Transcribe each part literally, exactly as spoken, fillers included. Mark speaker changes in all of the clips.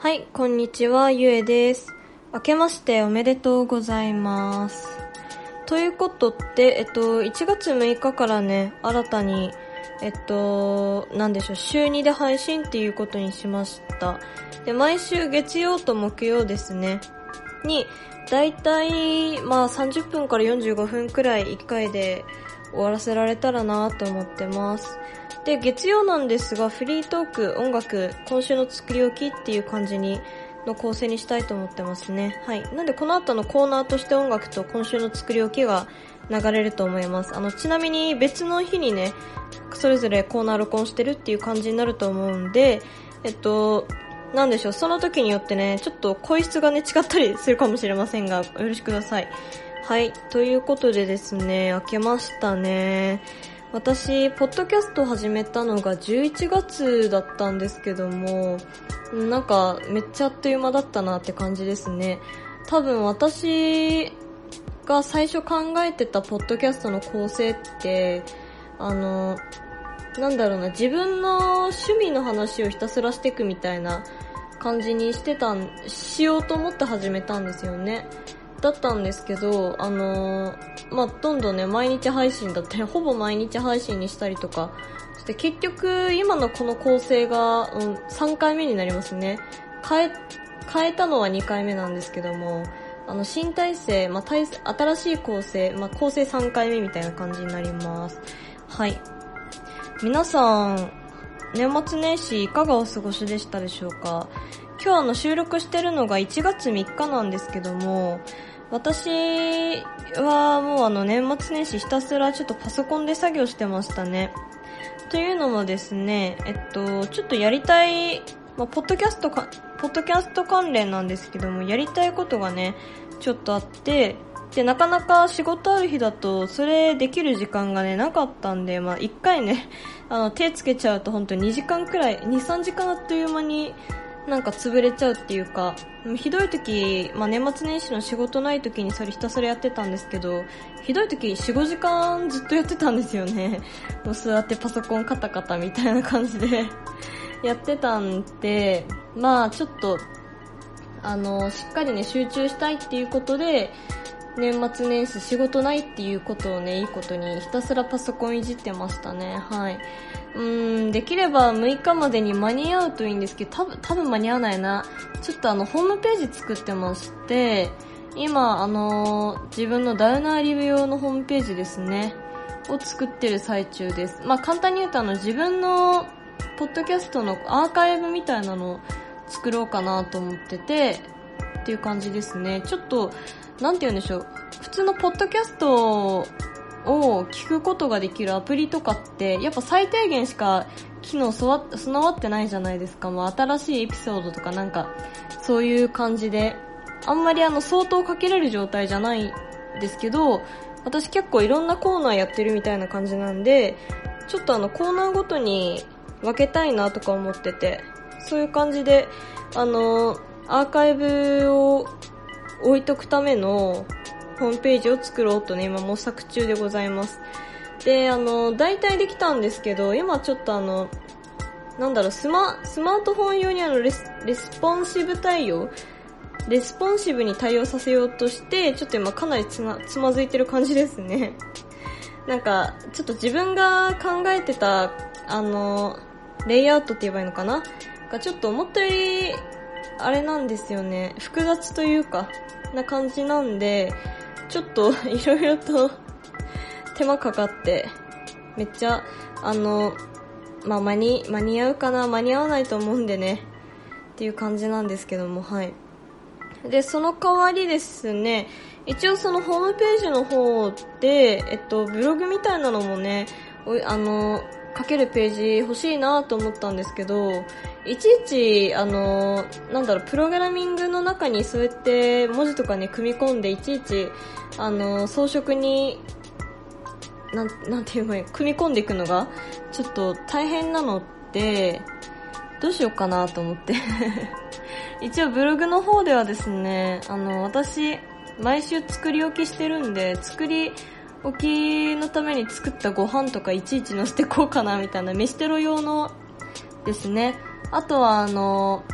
Speaker 1: はい、こんにちは、ゆえです。明けましておめでとうございます。ということで、えっと、いちがつむいかからね、新たに、えっと、なんでしょう、週にで配信っていうことにしました。で、毎週月曜と木曜ですね、に、だいたい、まあさんじゅっぷんからよんじゅうごふんくらいいっかいで終わらせられたらなと思ってます。で、月曜なんですが、フリートーク、音楽、今週の作り置きっていう感じに、の構成にしたいと思ってますね。はい。なんでこの後のコーナーとして音楽と今週の作り置きが流れると思います。あの、ちなみに別の日にね、それぞれコーナー録音してるっていう感じになると思うんで、えっと、なんでしょう、その時によってね、ちょっと声質がね、違ったりするかもしれませんが、よろしくください。はい。ということでですね、明けましたね。私、ポッドキャストを始めたのがじゅういちがつだったんですけども、なんかめっちゃあっという間だったなって感じですね。多分私が最初考えてたポッドキャストの構成って、あの、なんだろうな、自分の趣味の話をひたすらしていくみたいな感じにしてたん、しようと思って始めたんですよね。だったんですけど、あのー、まあ、どんどんね、毎日配信だったり、ほぼ毎日配信にしたりとか、そして結局、今のこの構成が、うん、さんかいめになりますね。変え、変えたのはにかいめなんですけども、あの、新体制、まあ、体、新しい構成、まあ、構成さんかいめみたいな感じになります。はい。皆さん、年末年始いかがお過ごしでしたでしょうか？今日あの収録してるのがいちがつみっかなんですけども、私はもうあの年末年始ひたすらちょっとパソコンで作業してましたね。というのもですね、えっと、ちょっとやりたい、まあ、ポッドキャストか、ポッドキャスト関連なんですけども、やりたいことがね、ちょっとあって、で、なかなか仕事ある日だと、それできる時間がね、なかったんで、まあ、一回ね、あの、手つけちゃうと本当ににじかんくらい、に、さんじかんあっという間になんか潰れちゃうっていうか、ひどい時、まあ、年末年始の仕事ない時にそれひたすらやってたんですけど、ひどい時よん、ごじかんずっとやってたんですよね。もう座ってパソコンカタカタみたいな感じでやってたんで、まあちょっと、あの、しっかりね、集中したいっていうことで、年末年始仕事ないっていうことをね、いいことにひたすらパソコンいじってましたね。はい。うーん、できればむいかまでに間に合うといいんですけど、多分、多分間に合わないな。ちょっとあの、ホームページ作ってまして、今、あのー、自分のダウナーリブ用のホームページですね、を作ってる最中です。まあ、簡単に言うとあの、自分のポッドキャストのアーカイブみたいなのを作ろうかなと思ってて、っていう感じですね。ちょっと、なんて言うんでしょう。普通のポッドキャストを聞くことができるアプリとかって、やっぱ最低限しか機能備わってないじゃないですか。もう新しいエピソードとかなんか、そういう感じで、あんまりあの相当かけれる状態じゃないですけど、私結構いろんなコーナーやってるみたいな感じなんで、ちょっとあのコーナーごとに分けたいなとか思ってて、そういう感じで、あの、アーカイブを置いとくためのホームページを作ろうとね、今模索中でございます。で、あの、大体できたんですけど、今ちょっとあの、なんだろう、スマ、スマートフォン用にあのレス、レスポンシブ対応レスポンシブに対応させようとして、ちょっと今かなりつま、つまずいてる感じですね。なんか、ちょっと自分が考えてた、あの、レイアウトって言えばいいのかながちょっと思ったより、あれなんですよね。複雑というか、な感じなんで、ちょっといろいろと手間かかって、めっちゃ、あの、まあ、間に、間に合うかな間に合わないと思うんでね。っていう感じなんですけども、はい。で、その代わりですね、一応そのホームページの方で、えっと、ブログみたいなのもね、あの、書けるページ欲しいなと思ったんですけど、いちいち、あの、なんだろう、プログラミングの中にそうやって文字とかね、組み込んで、いちいち、あの、装飾に、なん、なんていうの、組み込んでいくのが、ちょっと大変なので、どうしようかなと思って。一応ブログの方ではですね、あの、私、毎週作り置きしてるんで、作り置きのために作ったご飯とかいちいち載せてこうかなみたいな、飯テロ用のですね。あとはあの、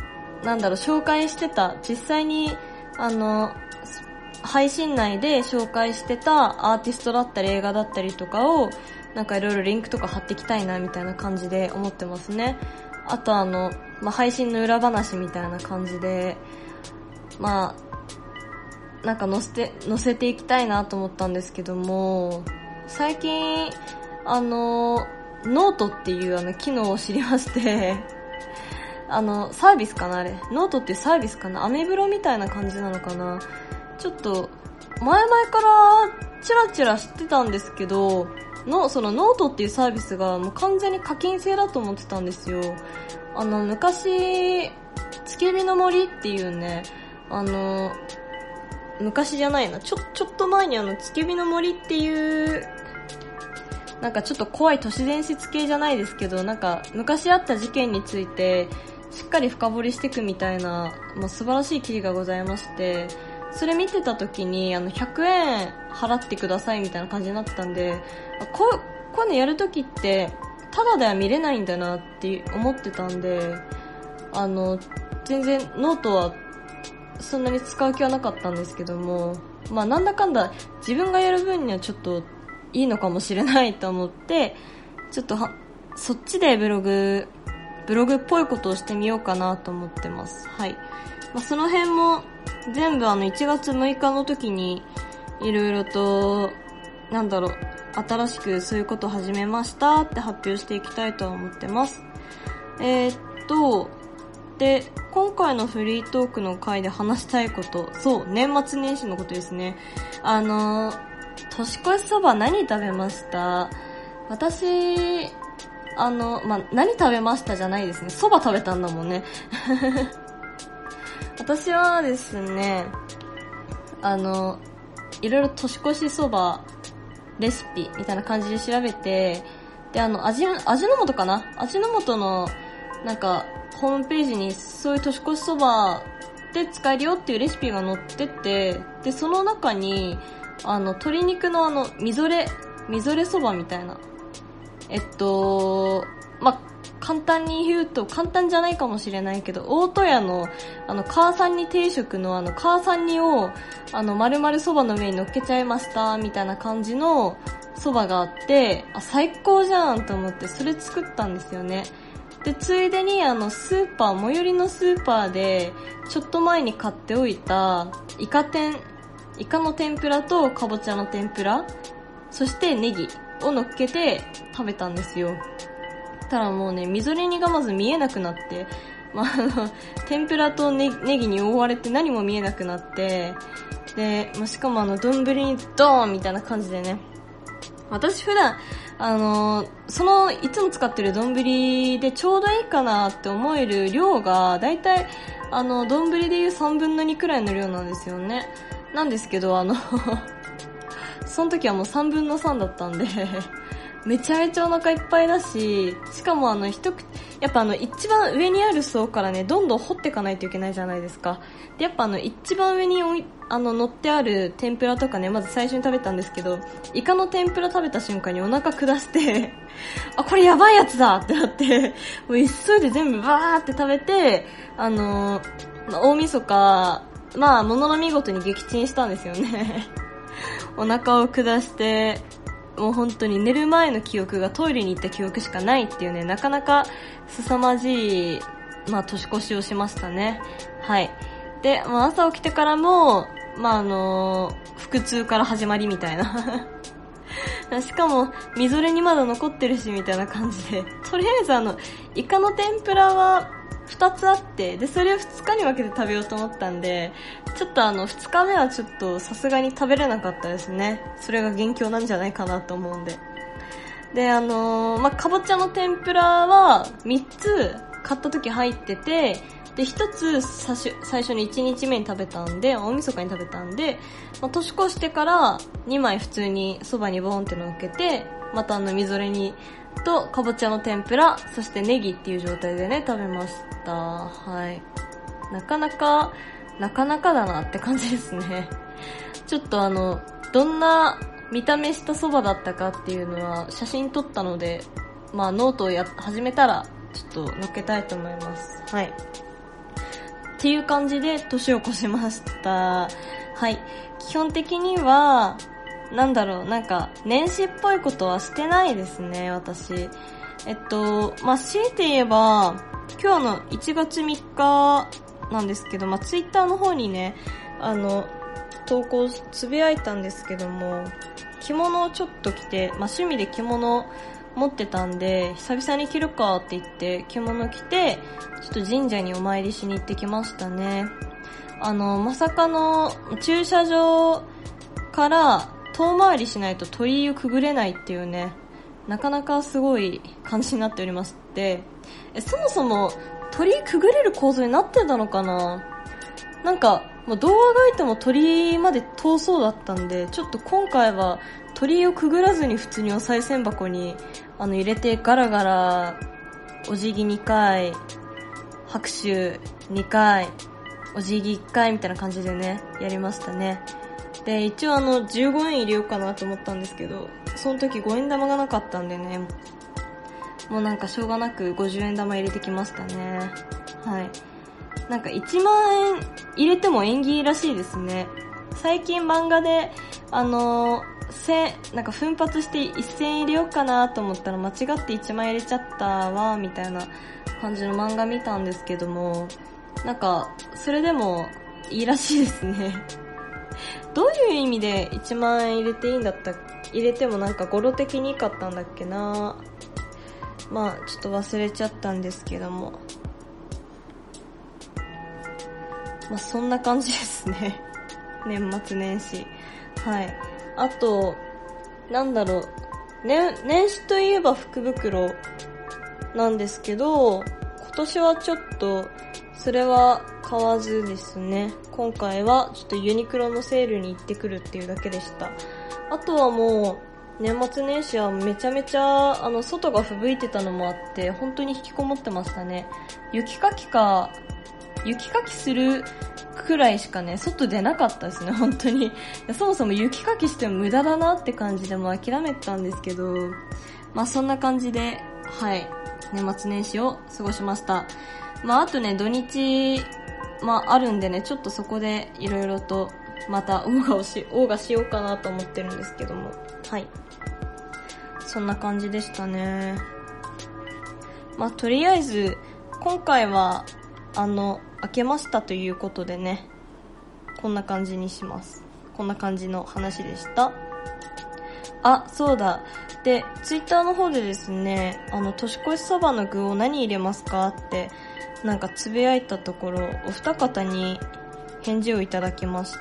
Speaker 1: なんだろう、紹介してた、実際に、あの、配信内で紹介してたアーティストだったり映画だったりとかを、なんかいろいろリンクとか貼っていきたいなみたいな感じで思ってますね。あとあの、まあ、配信の裏話みたいな感じで、まあ、なんか載せて、載せていきたいなと思ったんですけども、最近、あの、ノートっていうあの機能を知りまして、あの、サービスかなあれ。ノートっていうサービスかな、アメブロみたいな感じなのかな。ちょっと、前々からチラチラ知ってたんですけど、の、そのノートっていうサービスがもう完全に課金制だと思ってたんですよ。あの、昔、月火の森っていうね、あの、昔じゃないな、ちょ、ちょっと前にあの、月火の森っていう、なんかちょっと怖い都市伝説系じゃないですけど、なんか昔あった事件について、しっかり深掘りしていくみたいな、もう素晴らしい記事がございまして、それ見てた時に、あの、ひゃくえん払ってくださいみたいな感じになってたんで、こう、こういうのやるときって、ただでは見れないんだなって思ってたんで、あの、全然ノートはそんなに使う気はなかったんですけども、まあなんだかんだ自分がやる分にはちょっといいのかもしれないと思って、ちょっとは、そっちでブログ、ブログっぽいことをしてみようかなと思ってます。はい。まあ、その辺も全部あのいちがつむいかの時にいろいろと、なんだろう、新しくそういうことを始めましたって発表していきたいと思ってます。えー、っと、で、今回のフリートークの回で話したいこと、そう、年末年始のことですね。あの、年越しそば何食べました？私、あの、まあ、何食べましたじゃないですね。そば食べたんだもんね。私はですね、あの、いろいろ年越しそばレシピみたいな感じで調べて、で、あの、味、味の素かな味の素の、なんか、ホームページにそういう年越しそばで使えるよっていうレシピが載ってて、で、その中に、あの、鶏肉のあの、みぞれ、みぞれそばみたいな。えっと、ま、簡単に言うと、簡単じゃないかもしれないけど、大戸屋の、あの、母さん煮定食のあの、母さん煮を、あの、丸々そばの上に乗っけちゃいました、みたいな感じのそばがあって、あ、最高じゃんと思って、それ作ったんですよね。で、ついでにあの、スーパー、最寄りのスーパーで、ちょっと前に買っておいた、イカ天、イカの天ぷらとかぼちゃの天ぷら、そしてネギを乗っけて食べたんですよ。たらもうね、みぞれ煮がまず見えなくなって、まあ、あの、天ぷらとネギに覆われて何も見えなくなって、で、まあ、しかもあの、丼にドーンみたいな感じでね、私普段、あのー、その、いつも使ってる丼でちょうどいいかなって思える量が、だいたい、あの、丼でいうさんぶんのにくらいの量なんですよね。なんですけど、あの、その時はもうさんぶんのさんだったんで、めちゃめちゃお腹いっぱいだし、しかもあの、一口、やっぱあの、一番上にある層からね、どんどん掘っていかないといけないじゃないですか。で、やっぱあの、一番上におい、あの、乗ってある天ぷらとかね、まず最初に食べたんですけど、イカの天ぷら食べた瞬間にお腹下して、あ、これやばいやつだってなって、もう急いで全部バーって食べて、あのー、まあ、大晦日、まあ、ものの見事に撃沈したんですよね。お腹を下して、もう本当に寝る前の記憶がトイレに行った記憶しかないっていうね、なかなか凄まじい、まあ、年越しをしましたね。はい。で、まあ、朝起きてからも、まあ、あのー、腹痛から始まりみたいな。しかも、みぞれにまだ残ってるし、みたいな感じで。とりあえずあの、イカの天ぷらはふたつあって、で、それをふつかに分けて食べようと思ったんで、ちょっとあの、ふつかめはちょっとさすがに食べれなかったですね。それが元凶なんじゃないかなと思うんで。で、あのー、まあ、かぼちゃの天ぷらはみっつ買った時入ってて、で、ひとつ最初にいちにちめに食べたんで、大晦日に食べたんで、まあ、年越してからにまい普通にそばにボーンって乗っけて、またあのみぞれ煮とかぼちゃの天ぷら、そしてネギっていう状態でね、食べました。はい。なかなか、なかなかだなって感じですね。ちょっとあの、どんな見た目したそばだったかっていうのは写真撮ったので、まあノートをや、始めたらちょっと載っけたいと思います。はい。 っていう感じで年を越しました。はい。基本的には、なんだろう、なんか、年始っぽいことはしてないですね、私。えっと、まあ、強いて言えば、今日のいちがつみっかなんですけど、まあ、ツイッターの方にね、あの、投稿、つぶやいたんですけども、着物をちょっと着て、まあ、趣味で着物持ってたんで、久々に着るかって言って着物着て、ちょっと神社にお参りしに行ってきましたね。あの、まさかの駐車場から遠回りしないと鳥居をくぐれないっていうね、なかなかすごい感じになっておりまして、えそもそも鳥居くぐれる構造になってたのかな。なんかもうどうあがいても鳥居まで遠そうだったんで、ちょっと今回は鳥居をくぐらずに普通にお賽銭箱にあの入れてガラガラお辞儀にかい、拍手にかい、お辞儀いっかいみたいな感じでねやりましたね。で一応あのじゅうごえん入れようかなと思ったんですけど、その時ごえん玉がなかったんでね、もうなんかしょうがなくごじゅうえん玉入れてきましたね。はい。なんかいちまんえん入れても縁起らしいですね。最近漫画であのー、せなんか奮発していっせんえん入れようかなと思ったら間違っていちまんえん入れちゃったわみたいな感じの漫画見たんですけども、なんかそれでもいいらしいですね。どういう意味でいちまんえん入れていいんだった入れてもなんか語呂的にいいかったんだっけな。まあちょっと忘れちゃったんですけども、まあそんな感じですね。年末年始。はい。あとなんだろう、ね、年始といえば福袋なんですけど、今年はちょっとそれは買わずですね。今回はちょっとユニクロのセールに行ってくるっていうだけでした。あとはもう年末年始はめちゃめちゃあの外が吹雪いてたのもあって本当に引きこもってましたね。雪かきか雪かきするくらいしかね外出なかったですね。本当にそもそも雪かきしても無駄だなって感じでもう諦めてたんですけど、まあそんな感じではい年末年始を過ごしました。まああとね土日まああるんでね、ちょっとそこでいろいろとまたオーガをしオーガしようかなと思ってるんですけども、はいそんな感じでしたね。まあとりあえず今回はあの明けましたということでね、こんな感じにします。こんな感じの話でした。あ、そうだ。で、ツイッターの方でですね、あの年越しそばの具を何入れますかってなんかつぶやいたところ、お二方に返事をいただきまして、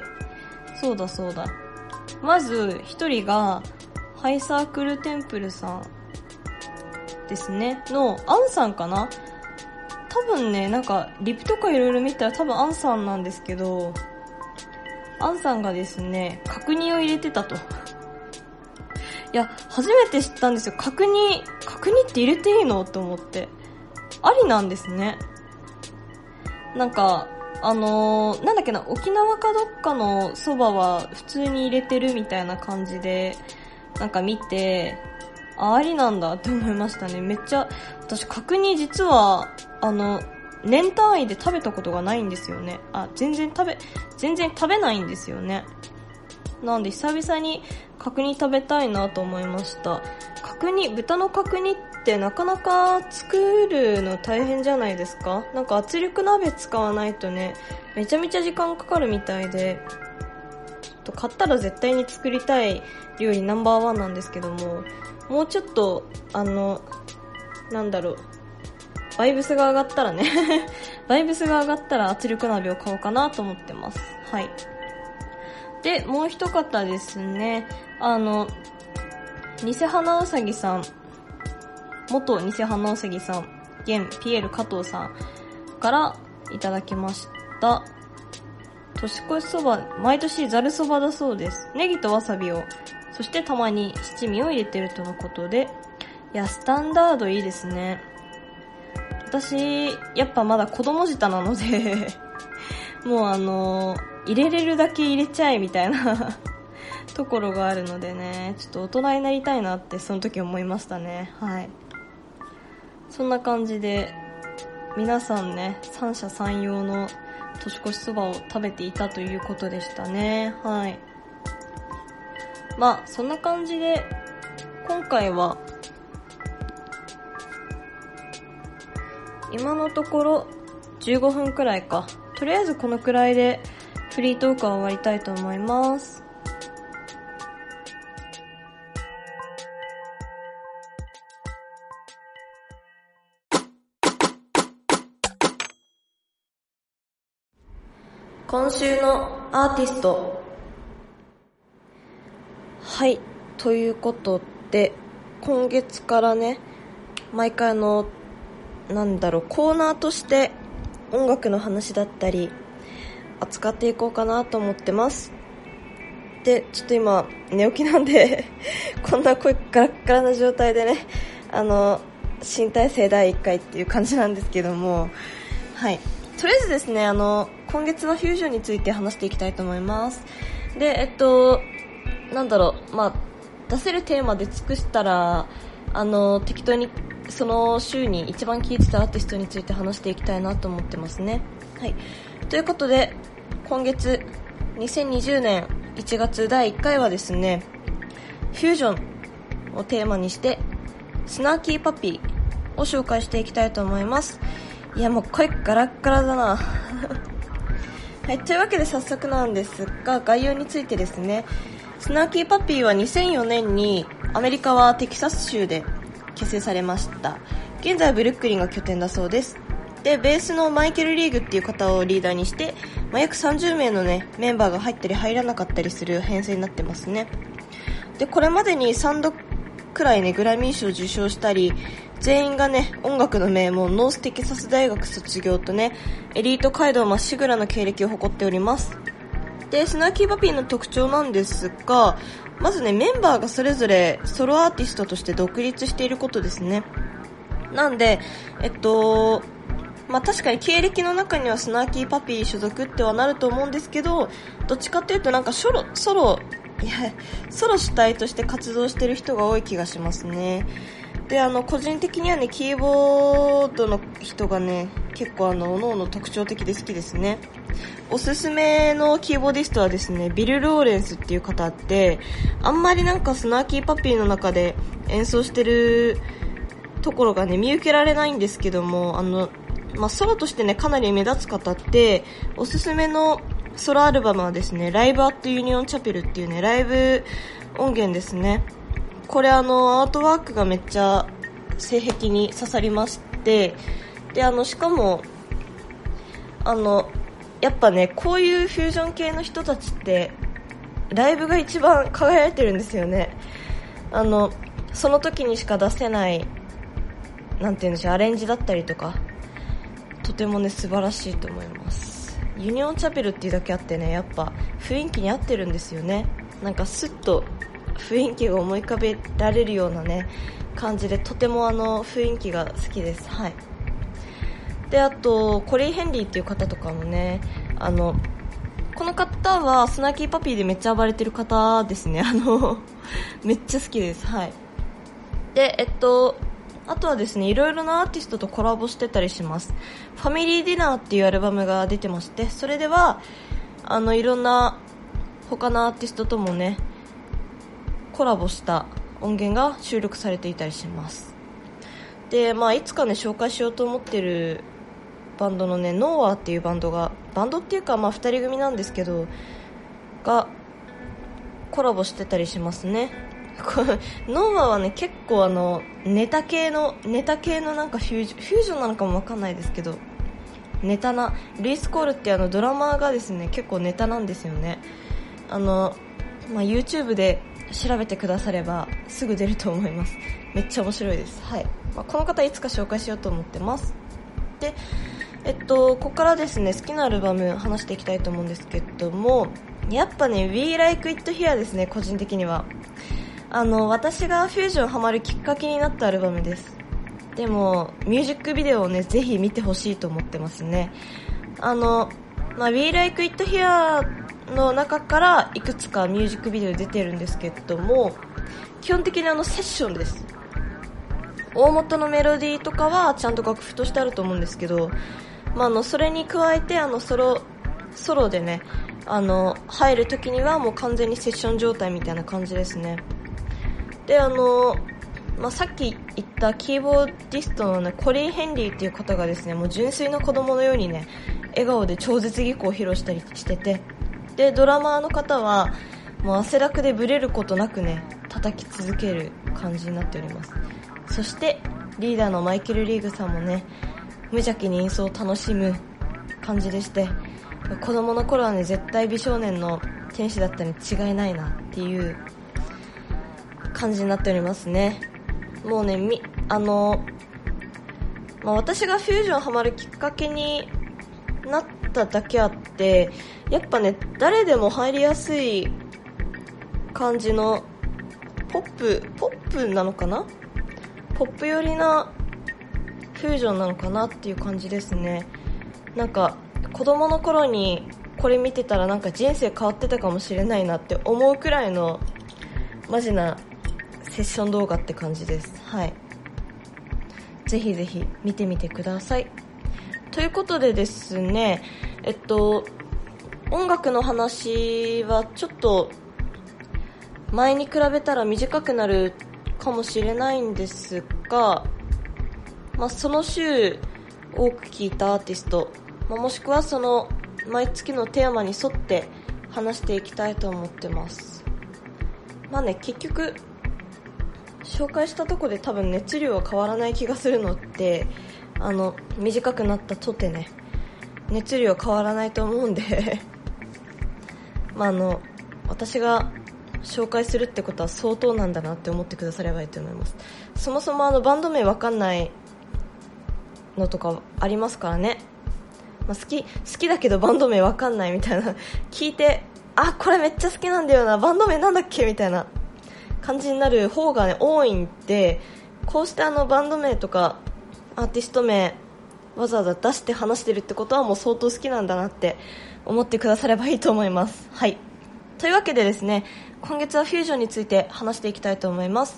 Speaker 1: そうだそうだ。まず一人がハイサークルテンプルさんですねのアンさんかな。多分ね、なんかリプとかいろいろ見たら多分アンさんなんですけど、アンさんがですね角煮を入れてたと。いや初めて知ったんですよ。角煮角煮って入れていいのと思って、ありなんですね。なんかあのー、なんだっけな、沖縄かどっかのそばは普通に入れてるみたいな感じでなんか見て、あ、ありなんだって思いましたね。めっちゃ私角煮実はあの年単位で食べたことがないんですよね。あ、全然食べ全然食べないんですよね。なんで久々に角煮食べたいなと思いました。角煮、豚の角煮ってなかなか作るの大変じゃないですか。なんか圧力鍋使わないとねめちゃめちゃ時間かかるみたいで、ちょっと買ったら絶対に作りたい料理ナンバーワンなんですけども、もうちょっとあのなんだろうバイブスが上がったらねバイブスが上がったら圧力鍋を買おうかなと思ってます。はい。でもう一方ですね、あの偽花うさぎさん、元偽花うさぎさん、現ピエール加藤さんからいただきました。年越しそば毎年ざるそばだそうです。ネギとわさびを、そしてたまに七味を入れてるとのことで、いやスタンダードいいですね。私やっぱまだ子供舌なのでもうあの入れれるだけ入れちゃえみたいなところがあるのでね、ちょっと大人になりたいなってその時思いましたね。はい。そんな感じで皆さんね、三者三様の年越しそばを食べていたということでしたね。はい。まあ、そんな感じで、今回は、今のところじゅうごふんくらいか。とりあえずこのくらいでフリートークは終わりたいと思います。今週のアーティスト。はい、ということで、今月からね、毎回のなんだろうコーナーとして音楽の話だったり扱っていこうかなと思ってます。で、ちょっと今寝起きなんでこんな声ガラッガラな状態でね、あの新体制だいいっかいっていう感じなんですけども、はい、とりあえずですね、あの今月はフュージョンについて話していきたいと思います。で、えっとなんだろう、まあ出せるテーマで尽くしたら、あの適当にその週に一番聴いてたアーティストについて話していきたいなと思ってますね。はい。ということで、今月にせんにじゅうねんいちがつだいいっかいはですね、フュージョンをテーマにしてスナーキーパピーを紹介していきたいと思います。いや、もう声ガラッガラだなはい、というわけで早速なんですが、概要についてですね。スナーキーパピーはにせんよねんにアメリカはテキサス州で結成されました。現在ブルックリンが拠点だそうです。で、ベースのマイケル・リーグっていう方をリーダーにして、まあ、約さんじゅうめいのねメンバーが入ったり入らなかったりする編成になってますね。で、これまでにさんどくらいねグラミー賞を受賞したり、全員がね音楽の名門ノーステキサス大学卒業とねエリート街道まっしぐらの経歴を誇っております。で、スナーキーパピーの特徴なんですが、まずねメンバーがそれぞれソロアーティストとして独立していることですね。なんでえっとまあ確かに経歴の中にはスナーキーパピー所属ってはなると思うんですけど、どっちかっていうとなんかソロソロいやソロ主体として活動してる人が多い気がしますね。で、あの個人的にはねキーボードの人がね結構あの各々特徴的で好きですね。おすすめのキーボーディストはですね、ビル・ローレンスっていう方で、あんまりなんかスナーキーパピーの中で演奏してるところがね見受けられないんですけども、あの、まあ、ソロとしてねかなり目立つ方って、おすすめのソロアルバムはですね、ライブアットユニオンチャペルっていうねライブ音源ですね。これあのアートワークがめっちゃ性癖に刺さりまして、で、あのしかもあのやっぱねこういうフュージョン系の人たちってライブが一番輝いてるんですよね。あのその時にしか出せないなんていうんでしょう、アレンジだったりとか、とてもね素晴らしいと思います。ユニオンチャペルっていうだけあってね、やっぱ雰囲気に合ってるんですよね。なんかスッと雰囲気が思い浮かべられるようなね感じで、とてもあの雰囲気が好きです。はい。で、あとコリー・ヘンリーっていう方とかもね、あのこの方はスナーキーパピーでめっちゃ暴れてる方ですね。あのめっちゃ好きです。はい。で、えっとあとはですね、いろいろなアーティストとコラボしてたりします。ファミリーディナーっていうアルバムが出てまして、それではあのいろんな他のアーティストともねコラボした音源が収録されていたりします。で、まあいつかね紹介しようと思ってるバンドのね、ノーアーっていうバンドが、バンドっていうかまあふたり組なんですけどがコラボしてたりしますね。ノーアーはね結構あのネタ系のネタ系のなんかフュージョン、フュージョンなのかもわかんないですけど、ネタなルイス・コールっていうあのドラマーがですね結構ネタなんですよね。あの、まあ、YouTube で調べてくださればすぐ出ると思います。めっちゃ面白いです。はい。まあ、この方いつか紹介しようと思ってます。で、えっとここからですね好きなアルバム話していきたいと思うんですけども、やっぱね We Like It Here ですね。個人的にはあの私がフュージョンハマるきっかけになったアルバムです。でもミュージックビデオをねぜひ見てほしいと思ってますね。あの、まあ、We Like It Here の中からいくつかミュージックビデオ出てるんですけども、基本的にあのセッションです。 大元のメロディーとかはちゃんと楽譜としてあると思うんですけど、まあ、あのそれに加えてあのソロソロでねあの入るときにはもう完全にセッション状態みたいな感じですね。であの、まあ、さっき言ったキーボーディストの、ね、コリン・ヘンリーっていう方がですねもう純粋な子供のようにね笑顔で超絶技巧を披露したりしてて、でドラマーの方はもう汗だくでブレることなくね叩き続ける感じになっております。そしてリーダーのマイケル・リーグさんもね無邪気に演奏を楽しむ感じでして、子供の頃はね絶対美少年の天使だったに違いないなっていう感じになっておりますね。もうねみあの、まあ、私がフュージョンハマるきっかけになっただけあってやっぱね誰でも入りやすい感じのポップポップなのかなポップ寄りなフュージョンなのかなっていう感じですね。なんか子供の頃にこれ見てたらなんか人生変わってたかもしれないなって思うくらいのマジなセッション動画って感じです。はい、ぜひぜひ見てみてください。ということでですね、えっと音楽の話はちょっと前に比べたら短くなるかもしれないんですが、まあ、その週多く聴いたアーティスト、まあ、もしくはその毎月のテーマに沿って話していきたいと思ってます。まあね、結局紹介したとこで多分熱量は変わらない気がするので、あの短くなったとてね熱量は変わらないと思うんでまああの私が紹介するってことは相当なんだなって思ってくださればいいと思います。そもそもあのバンド名わかんないのとかありますからね、まあ、好き好きだけどバンド名わかんないみたいな聞いてあこれめっちゃ好きなんだよなバンド名なんだっけみたいな感じになる方が、ね、多いんで、こうしてあのバンド名とかアーティスト名わざわざ出して話してるってことはもう相当好きなんだなって思ってくださればいいと思います。はい、というわけでですね、今月はフュージョンについて話していきたいと思います。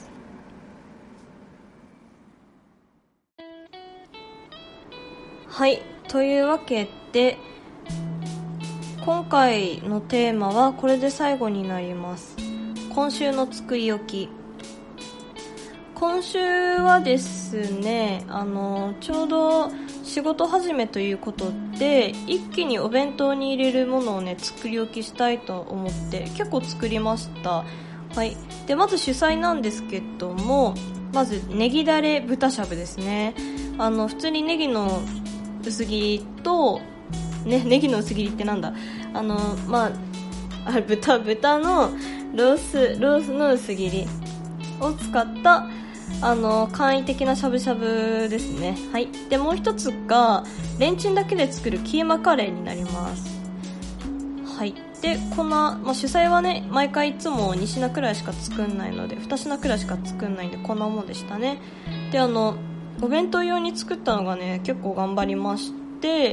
Speaker 1: はい、というわけで今回のテーマはこれで最後になります。今週の作り置き。今週はですね、あのちょうど仕事始めということで一気にお弁当に入れるものをね作り置きしたいと思って結構作りました。はい、でまず主菜なんですけども、まずネギだれ豚しゃぶですね。あの普通にネギの薄切りと、ね、ネギの薄切りってなんだあのまああ豚豚のロースロースの薄切りを使ったあの簡易的なしゃぶしゃぶですね。はい、でもう一つがレンチンだけで作るキーマカレーになります。はい、で粉、まあ、主菜はね毎回いつもに品くらいしか作んないのでに品くらいしか作んないんでこんなもんでしたね。であのお弁当用に作ったのがね結構頑張りまして、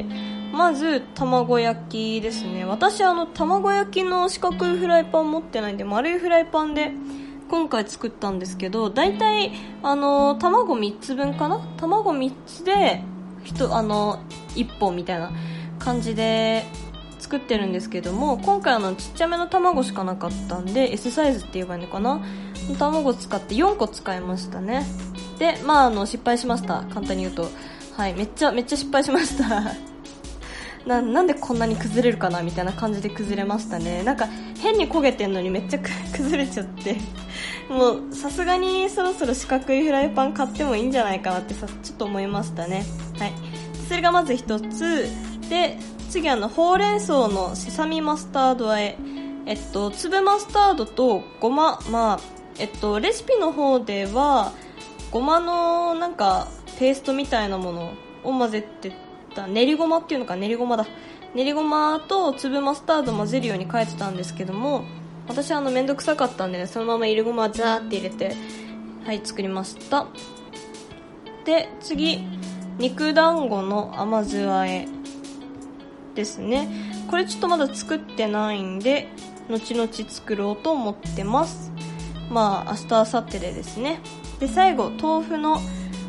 Speaker 1: まず卵焼きですね。私あの卵焼きの四角いフライパン持ってないんで丸いフライパンで今回作ったんですけど、だいたいあの卵みっつぶんかな、卵みっつであのいっぽんみたいな感じで作ってるんですけども、今回あのちっちゃめの卵しかなかったんで S サイズって言えばいいのかな、卵を使ってよんこ使いましたね。でまああの失敗しました、簡単に言うと。はい、めっちゃめっちゃ失敗しましたな, なんでこんなに崩れるかなみたいな感じで崩れましたね。なんか変に焦げてんのにめっちゃ崩れちゃってもうさすがにそろそろ四角いフライパン買ってもいいんじゃないかなってさちょっと思いましたね。はい、それがまず一つで、次あのほうれん草のセサミマスタード和え、えっと粒マスタードとごま、まあえっとレシピの方ではごまのなんかペーストみたいなものを混ぜてた、練りごまっていうのか、練りごまだ練りごまと粒マスタード混ぜるように書いてたんですけども、私はあのめんどくさかったんで、ね、そのまま入れごまザーって入れてはい作りました。で次肉団子の甘酢和えですね。これちょっとまだ作ってないんで後々作ろうと思ってます。まあ明日明後日でですね。で最後豆腐の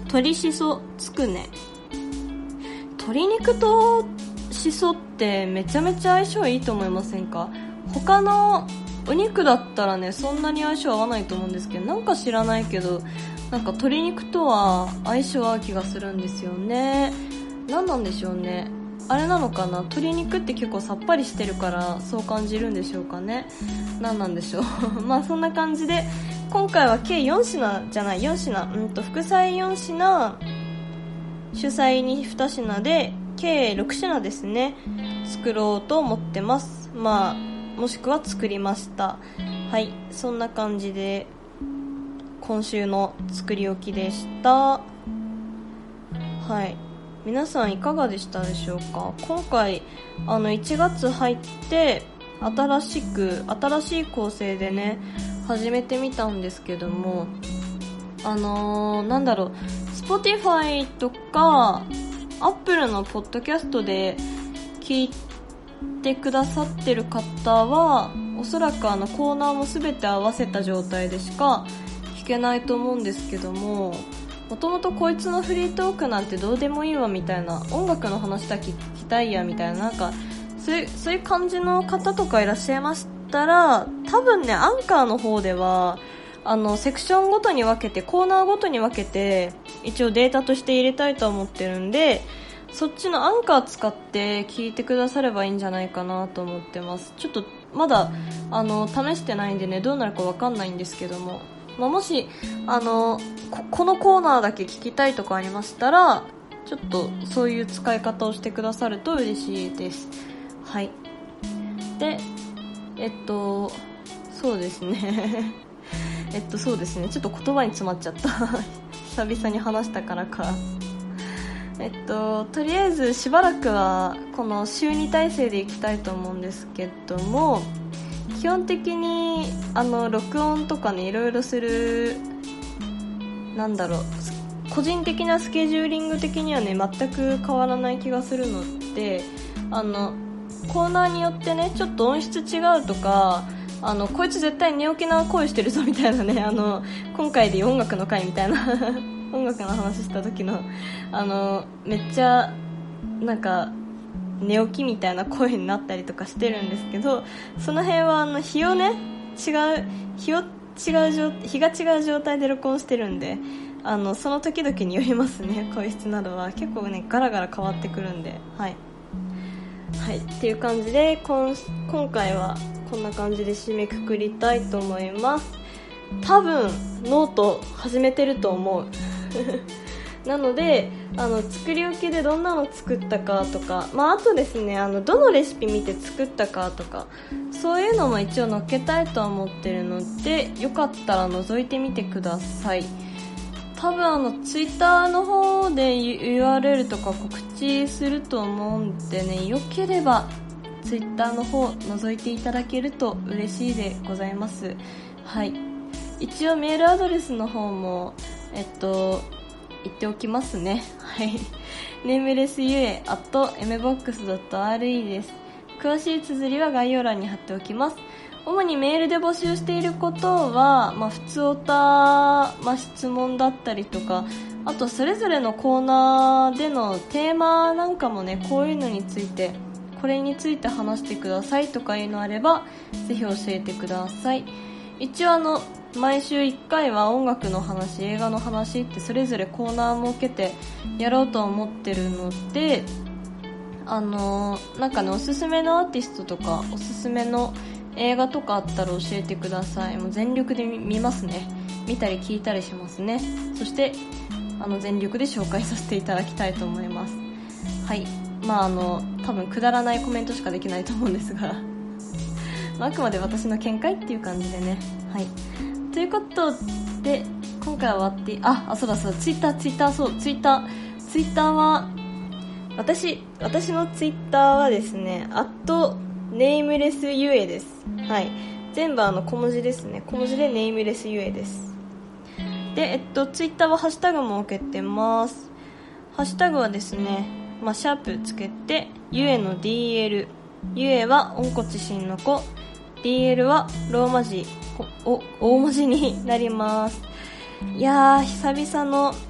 Speaker 1: 鶏しそつくね。鶏肉としそってめちゃめちゃ相性いいと思いませんか？他のお肉だったらねそんなに相性合わないと思うんですけど、なんか知らないけどなんか鶏肉とは相性合う気がするんですよね。なんなんでしょうね。あれなのかな、鶏肉って結構さっぱりしてるからそう感じるんでしょうかね。なんなんでしょうまあそんな感じで今回は計よん品じゃないよん品、うんと副菜よん品、主菜にに品で計ろく品ですね作ろうと思ってます。まあもしくは作りました。はい、そんな感じで今週の作り置きでした。はい、皆さんいかがでしたでしょうか。今回あのいちがつ入って新しく新しい構成でね始めてみたんですけども、あのー、なんだろう Spotify とか Apple のポッドキャストで聞いてくださってる方はおそらくあのコーナーも全て合わせた状態でしか聞けないと思うんですけども、もともとこいつのフリートークなんてどうでもいいわみたいな、音楽の話だけ聞きたいやみたいな、なんかそういう、そういう感じの方とかいらっしゃいましたら、多分ねアンカーの方ではあのセクションごとに分けてコーナーごとに分けて一応データとして入れたいと思ってるんで、そっちのアンカー使って聞いてくださればいいんじゃないかなと思ってます。ちょっとまだあの試してないんでねどうなるか分かんないんですけども、まあ、もしあの こ, このコーナーだけ聞きたいとかありましたらちょっとそういう使い方をしてくださると嬉しいです。はい。でえっとそうですねえっとそうですねちょっと言葉に詰まっちゃった久々に話したからかえっととりあえずしばらくはこの週に体制でいきたいと思うんですけども、基本的にあの録音とかねいろいろする、なんだろう個人的なスケジューリング的にはね全く変わらない気がするので、あのコーナーによってねちょっと音質違うとか、あのこいつ絶対寝起きな声してるぞみたいなね、あの今回で音楽の回みたいな音楽の話した時のあのめっちゃなんか寝起きみたいな声になったりとかしてるんですけど、その辺はあの日をね違う日を違う日が違う状態で録音してるんで、あのその時々によりますね。声質などは結構ねガラガラ変わってくるんで、はいはいっていう感じで今今回はこんな感じで締めくくりたいと思います。多分ノート始めてると思うなのであの作り置きでどんなの作ったかとか、まあ、あとですねあのどのレシピ見て作ったかとかそういうのも一応載っけたいと思ってるので、よかったら覗いてみてください。多分あのツイッターの方で ユーアールエル とか告知すると思うんでね、よければツイッターの方覗いていただけると嬉しいでございます。はい、一応メールアドレスの方もえっと言っておきますね。はい、ネームレスゆえ アットエムボックスドットアールイー です。詳しい綴りは概要欄に貼っておきます。主にメールで募集していることは、まあ、普通おた、まあ、質問だったりとか、あとそれぞれのコーナーでのテーマなんかもね、こういうのについてこれについて話してくださいとかいうのあればぜひ教えてください。一応あの毎週いっかいは音楽の話、映画の話ってそれぞれコーナー設けてやろうと思ってるので、あのー、なんかねおすすめのアーティストとかおすすめの映画とかあったら教えてください。もう全力で見ますね。見たり聞いたりしますね。そしてあの全力で紹介させていただきたいと思います。はい、まああの多分くだらないコメントしかできないと思うんですがまあ、あくまで私の見解っていう感じでね。はい、ということで今回は終わって、ああそうだそうだツイッターツイッターそうツイッターツイッターは私私のツイッターはですねアットネームレスゆえです。はい、全部あの小文字ですね。小文字でネームレスゆえです。で、えっとツイッターはハッシュタグも設けてます。ハッシュタグはですね、まあ、シャープつけてゆえの ディーエル、 ゆえは温故知新の子、 ディーエル はローマ字お大文字になります。いやー久々の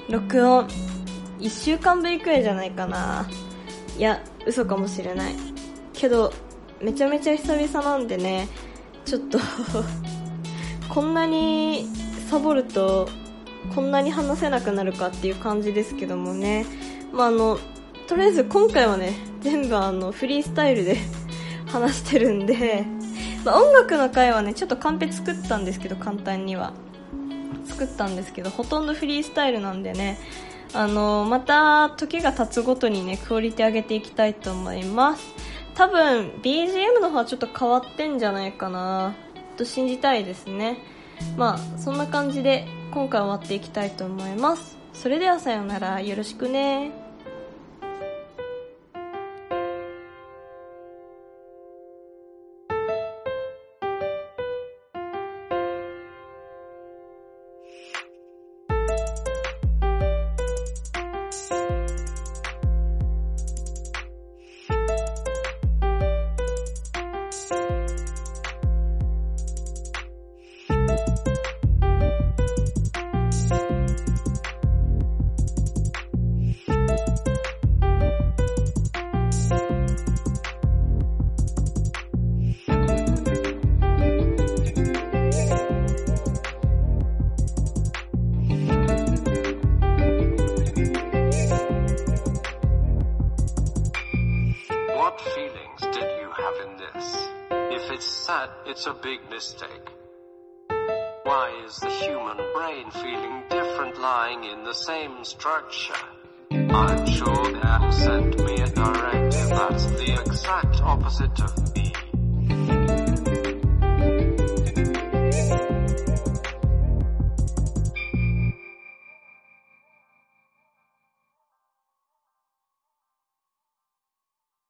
Speaker 1: 録音いっしゅうかんぶりくらいじゃないかな。いや嘘かもしれないけど、めちゃめちゃ久々なんでね、ちょっとこんなにサボるとこんなに話せなくなるかっていう感じですけどもね。まああのとりあえず今回はね、全部あのフリースタイルで話してるんで、まあ、音楽の回はねちょっとカンペ作ったんですけど、簡単には作ったんですけど、ほとんどフリースタイルなんでね、あのまた時が経つごとにねクオリティ上げていきたいと思います。多分 ビージーエム の方はちょっと変わってんじゃないかなと信じたいですね。まあそんな感じで今回終わっていきたいと思います。それではさようなら、よろしくね。
Speaker 2: What feelings did you have in this? If it's sad, it's a big mistake. Why is the human brain feeling different lying in the same structure? I'm sure they'll send me a directive that's the exact opposite of me.